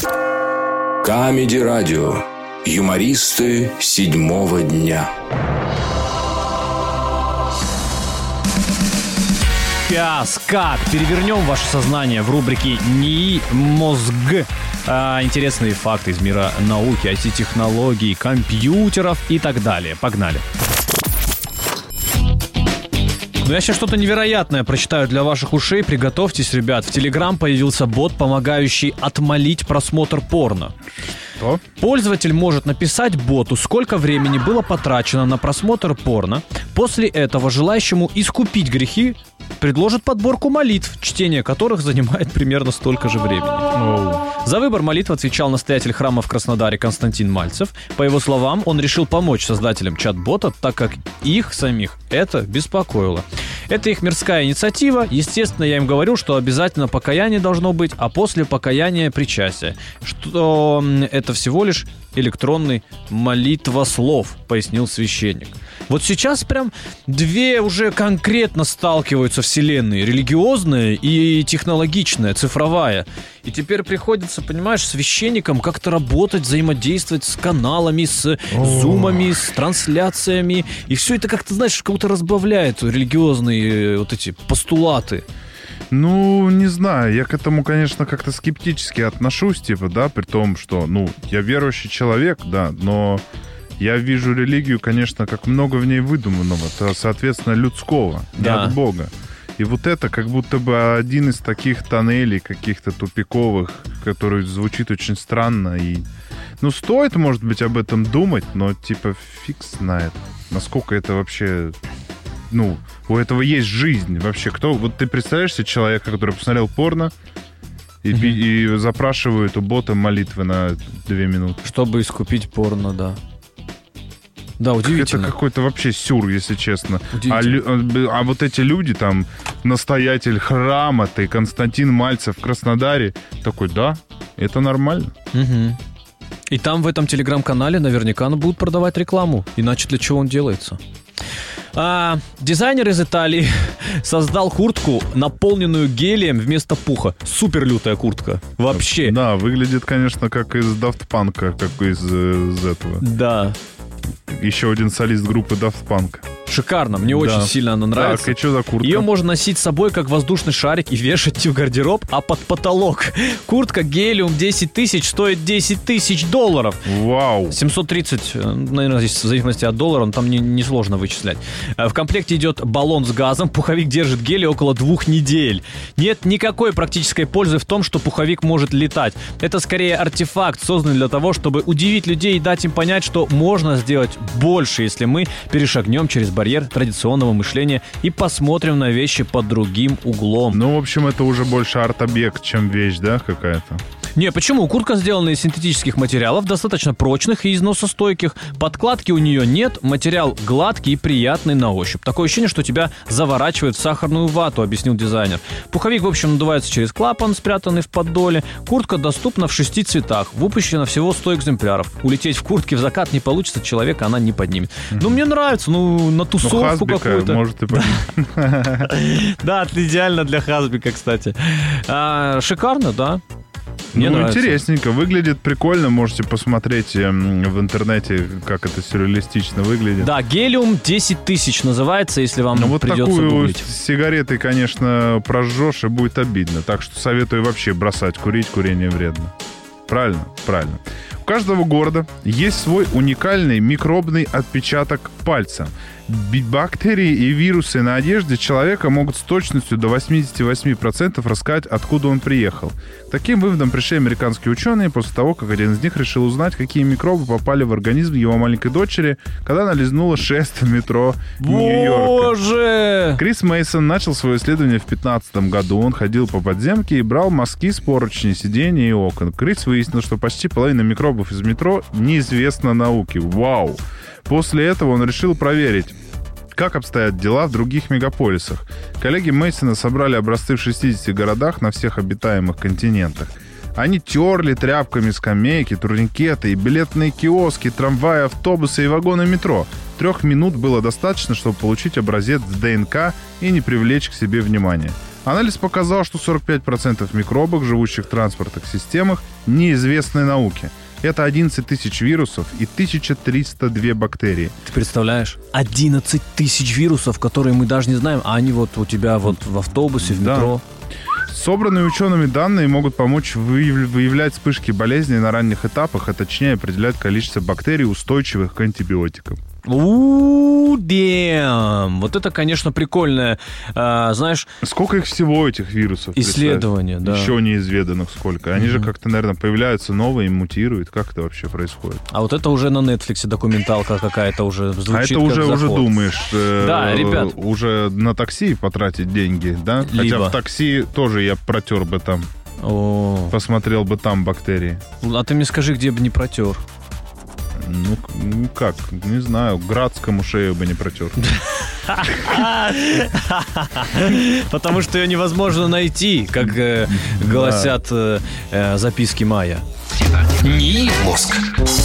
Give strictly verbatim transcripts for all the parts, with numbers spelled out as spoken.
Камеди Радио. Юмористы седьмого дня. Сейчас как перевернем ваше сознание в рубрике НИИ Мозг. А, интересные факты из мира науки, ай ти-технологий, компьютеров и так далее. Погнали. Ну, я сейчас что-то невероятное прочитаю для ваших ушей. Приготовьтесь, ребят. В Telegram появился бот, помогающий отмолить просмотр порно. Что? Пользователь может написать боту, сколько времени было потрачено на просмотр порно. После этого желающему искупить грехи предложит подборку молитв, чтение которых занимает примерно столько же времени. Оу. За выбор молитв отвечал настоятель храма в Краснодаре Константин Мальцев. По его словам, он решил помочь создателям чат-бота, так как их самих это беспокоило. Это их мирская инициатива. Естественно, я им говорю, что обязательно покаяние должно быть, а после покаяния причастие. Что это всего лишь электронный молитвослов, пояснил священник. Вот сейчас прям две уже конкретно сталкиваются вселенные. Религиозная и технологичная, цифровая. И теперь приходится, понимаешь, священникам как-то работать, взаимодействовать с каналами, с зумами, с трансляциями. И все это как-то, знаешь, как-то разбавляет религиозные вот эти постулаты. Ну, не знаю, я к этому, конечно, как-то скептически отношусь, типа, да, при том, что, ну, я верующий человек, да, но я вижу религию, конечно, как много в ней выдуманного, то, соответственно, людского, не Да. от Бога. И вот это как будто бы один из таких тоннелей каких-то тупиковых, который звучит очень странно. И, ну, стоит, может быть, об этом думать, но, типа, фиг знает, насколько это вообще... Ну, у этого есть жизнь вообще. Кто? Вот ты представляешь себе человека, который посмотрел порно и, mm-hmm. и запрашивает у бота молитвы на две минуты. Чтобы искупить порно, да. Да, удивительно. Это какой-то вообще сюр, если честно. А, а вот эти люди, там, настоятель храма, ты, Константин Мальцев в Краснодаре, такой, да, это нормально. Угу. И там в этом телеграм-канале наверняка будут продавать рекламу. Иначе для чего он делается? А, дизайнер из Италии создал куртку, наполненную гелием вместо пуха. Супер лютая куртка. Вообще. Да, выглядит, конечно, как из Daft Punk, как из, из этого. Да. Еще один солист группы Daft Punk. Шикарно, мне да. очень сильно она нравится. Так, и что за куртка? Ее можно носить с собой как воздушный шарик и вешать в гардероб, а под потолок. Куртка Гелиум десять тысяч стоит десять тысяч долларов. Вау. семьсот тридцать, наверное, здесь в зависимости от доллара, но там не, не сложно вычислять. В комплекте идет баллон с газом, пуховик держит гелий около двух недель. Нет никакой практической пользы в том, что пуховик может летать. Это скорее артефакт, созданный для того, чтобы удивить людей и дать им понять, что можно сделать больше, если мы перешагнем через барьер традиционного мышления и посмотрим на вещи под другим углом. Ну, в общем, это уже больше арт-объект, чем вещь, да, какая-то? Не, почему? Куртка сделана из синтетических материалов, достаточно прочных и износостойких. Подкладки у нее нет, материал гладкий и приятный на ощупь. Такое ощущение, что тебя заворачивают в сахарную вату, объяснил дизайнер. Пуховик, в общем, надувается через клапан, спрятанный в подоле. Куртка доступна в шести цветах. Выпущено всего сто экземпляров. Улететь в куртке в закат не получится, человека она не поднимет. Mm-hmm. Ну, мне нравится, ну, на тусовку ну, какую-то. Может и поднимет. Да, идеально для Хазбика, кстати. Шикарно, да. Мне ну, нравится. Интересненько, выглядит прикольно. Можете посмотреть в интернете, как это сюрреалистично выглядит. Да, Гелиум десять тысяч называется, если вам ну, вот придется такую гуглить. С сигаретой, конечно, прожжешь, и будет обидно. Так что советую вообще бросать курить. Курение вредно. Правильно? Правильно. У каждого города есть свой уникальный микробный отпечаток пальца. Бактерии и вирусы на одежде человека могут с точностью до восемьдесят восемь процентов рассказать, откуда он приехал. К таким выводам пришли американские ученые после того, как один из них решил узнать, какие микробы попали в организм его маленькой дочери, когда она лизнула шест в метро Нью-Йорка. Боже! Крис Мейсон начал свое исследование в две тысячи пятнадцатом году. Он ходил по подземке и брал мазки с поручней, сидений и окон. Крис выяснил, что почти половина микробов из метро неизвестна науке. Вау! После этого он решил проверить, как обстоят дела в других мегаполисах. Коллеги Мейсона собрали образцы в шестидесяти городах на всех обитаемых континентах. Они терли тряпками скамейки, турникеты и билетные киоски, трамваи, автобусы и вагоны метро. Трех минут было достаточно, чтобы получить образец ДНК и не привлечь к себе внимания. Анализ показал, что сорок пять процентов микробов, живущих в транспортных системах, неизвестны науке. Это одиннадцать тысяч вирусов и тысяча триста две бактерии. Ты представляешь? одиннадцать тысяч вирусов, которые мы даже не знаем, а они вот у тебя вот в автобусе, в метро. Да. Собранные учеными данные могут помочь выявлять вспышки болезней на ранних этапах, а точнее определять количество бактерий, устойчивых к антибиотикам. У, damn. Вот это, конечно, прикольное, а, знаешь... Сколько их всего, этих вирусов? Исследования, да. Еще неизведанных сколько. Они mm-hmm. же как-то, наверное, появляются новые, мутируют. Как это вообще происходит? А вот это уже на Netflix документалка какая-то уже звучит. А это уже, уже думаешь, э, да, ребят. уже на такси потратить деньги, да? Либо. Хотя в такси тоже я протер бы там. О. Посмотрел бы там бактерии. А ты мне скажи, где бы не протер? Ну, ну как, не знаю, Градскому шею бы не протер. Потому что ее невозможно найти, как э, гласят э, э, записки Майя. НИИ мозг.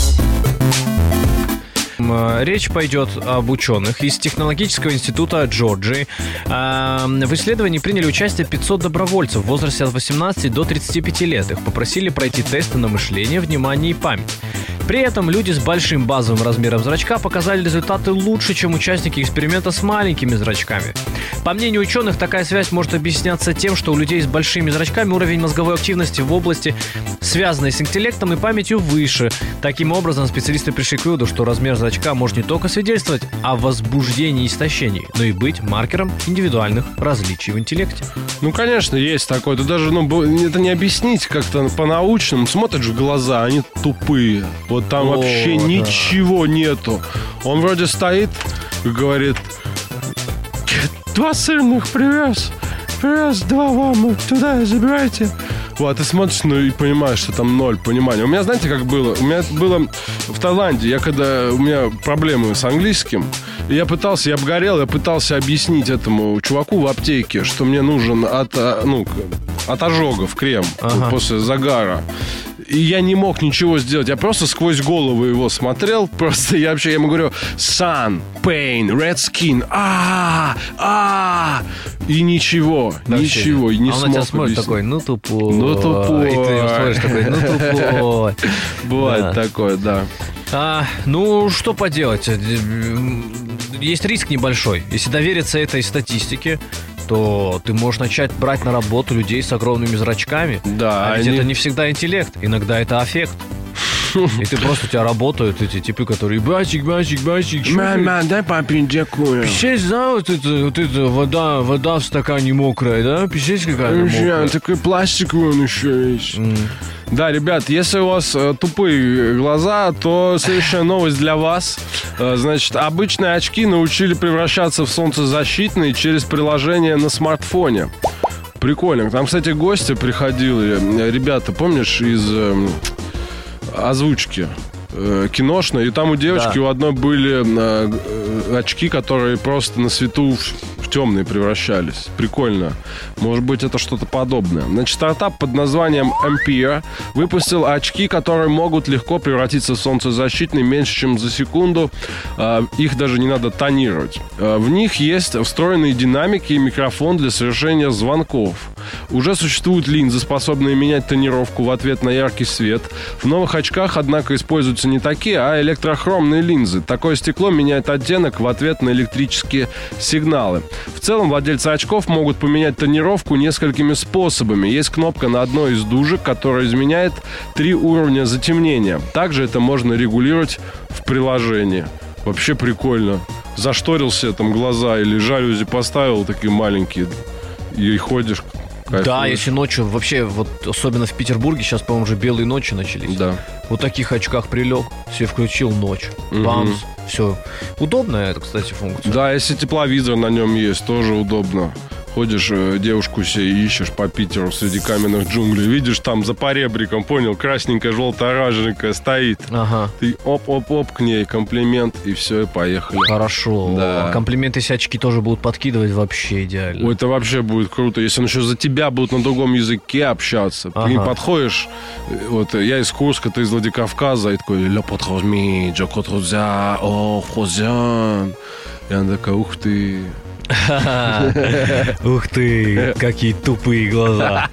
Речь пойдет об ученых из Технологического института Джорджии. В исследовании приняли участие пятьсот добровольцев в возрасте от восемнадцати до тридцати пяти лет. Их попросили пройти тесты на мышление, внимание и память. При этом люди с большим базовым размером зрачка показали результаты лучше, чем участники эксперимента с маленькими зрачками. По мнению ученых, такая связь может объясняться тем, что у людей с большими зрачками уровень мозговой активности в области, связанной с интеллектом и памятью, выше. Таким образом, специалисты пришли к выводу, что размер зрачка может не только свидетельствовать о возбуждении и истощении, но и быть маркером индивидуальных различий в интеллекте. Ну, конечно, есть такое. Это даже, ну, это не объяснить как-то по-научному. Смотришь в глаза, они тупые. Вот там О, вообще да. ничего нету. Он вроде стоит и говорит: два сырных привез. Привез два вам, туда забирайте. Вот, ты смотришь, ну и понимаешь, что там ноль понимания. У меня, знаете, как было? У меня было в Таиланде, я когда... У меня проблемы с английским, и я пытался, я обгорел, я пытался объяснить этому чуваку в аптеке, что мне нужен от, ну, от ожогов крем ага. после загара. И я не мог ничего сделать. Я просто сквозь голову его смотрел. Просто я вообще я ему говорю: sun, pain, red skin. А, а, и ничего, да, ничего, и не а смог. Он на тебя смотрит такой: ну тупой. Ну тупой. И ты ему смотришь такой: ну тупой. Бывает такое, да. А, ну, что поделать? Есть риск небольшой. Если довериться этой статистике, то ты можешь начать брать на работу людей с огромными зрачками. Да, а ведь они... это не всегда интеллект. Иногда это аффект. И ты просто, у тебя работают эти типы, которые: бачик, бачик, бачик. Мама, дай папе дякую. Пищесь, да, вот это, вот это вода, вода в стакане мокрая, да? Пищесь какая-то мокрая. Такой пластиковый он еще есть. Mm. Да, ребят, если у вас э, тупые глаза, то следующая новость для вас. Э, значит, обычные очки научили превращаться в солнцезащитные через приложение на смартфоне. Прикольно. Там, кстати, гости приходили. Ребята, помнишь, из э, озвучки э, киношной. И там у девочки да. у одной были э, очки, которые просто на свету в, в темные превращались. Прикольно. Может быть, это что-то подобное. Значит, стартап под названием Ampere выпустил очки, которые могут легко превратиться в солнцезащитные меньше, чем за секунду. Э, их даже не надо тонировать. Э, в них есть встроенные динамики и микрофон для совершения звонков. Уже существуют линзы, способные менять тонировку в ответ на яркий свет. В новых очках, однако, используются не такие, а электрохромные линзы. Такое стекло меняет оттенок в ответ на электрические сигналы. В целом, владельцы очков могут поменять тонировку несколькими способами. Есть кнопка на одной из дужек, которая изменяет три уровня затемнения. Также это можно регулировать в приложении. Вообще прикольно. Зашторил себе там глаза или жалюзи поставил такие маленькие и ходишь. Кайфуешь. Да, если ночью, вообще, вот особенно в Петербурге, сейчас, по-моему, уже белые ночи начались. Да. Вот в таких очках прилег, себе включил ночь, угу. бамс, все. Удобная это, кстати, функция. Да, если тепловизор на нем есть, тоже удобно. Ходишь, девушку себе ищешь по Питеру среди каменных джунглей. Видишь, там за поребриком, понял, красненькая, желто-оранжевенькая стоит. Ага. Ты оп-оп-оп к ней, комплимент, и все, и поехали. Хорошо. Да. Комплименты, если очки тоже будут подкидывать, вообще идеально. Ой, это вообще будет круто. Если он еще за тебя будет на другом языке общаться. Ага. Ты не подходишь, вот я из Курска, ты из Владикавказа, и такой: «Ля потрозми, джо котрузя, о, хозян». И она такая: ух ты. Ух ты, какие тупые глаза.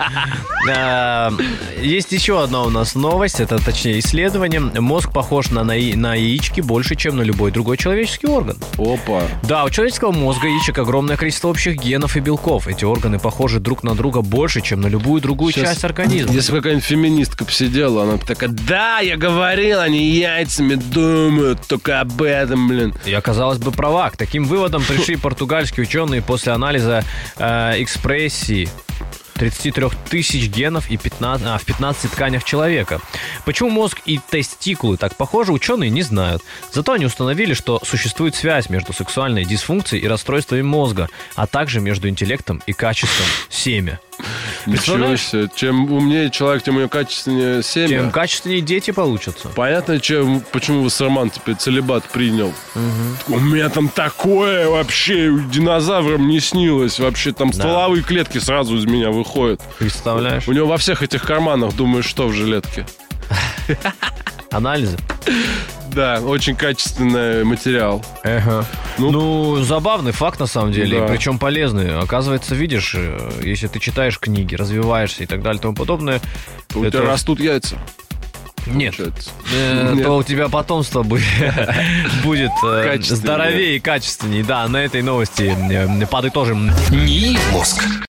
Есть еще одна у нас новость, это точнее исследование. Мозг похож на, на яички больше, чем на любой другой человеческий орган. Опа. Да, у человеческого мозга яичек огромное количество общих генов и белков. Эти органы похожи друг на друга больше, чем на любую другую Сейчас, часть организма. Если бы какая-нибудь феминистка посидела, она бы такая: да, я говорил, они яйцами думают только об этом, блин. И оказалось бы права. К таким выводам пришли португальские ученые после анализа э, экспрессии тридцать три тысяч генов и пятнадцать, а, в пятнадцати тканях человека. Почему мозг и тестикулы так похожи, ученые не знают. Зато они установили, что существует связь между сексуальной дисфункцией и расстройствами мозга, а также между интеллектом и качеством семя. Ничего себе. Чем умнее человек, тем у него качественнее семя. Тем качественнее дети получатся. Понятно, чем, почему Вассерман теперь целибат принял. Угу. У меня там такое вообще динозаврам не снилось. Вообще там да. стволовые клетки сразу из меня выходят. Представляешь? У него во всех этих карманах, думаешь, что в жилетке? Анализы. Да, очень качественный материал. Ага. Ну, ну, забавный факт на самом деле, да. и причем полезный. Оказывается, видишь, если ты читаешь книги, развиваешься и так далее и тому подобное... У это... тебя растут яйца. Нет, э, Нет, то у тебя потомство будет, будет э, здоровее и качественнее. Да, на этой новости подытожим. НИИ мозг.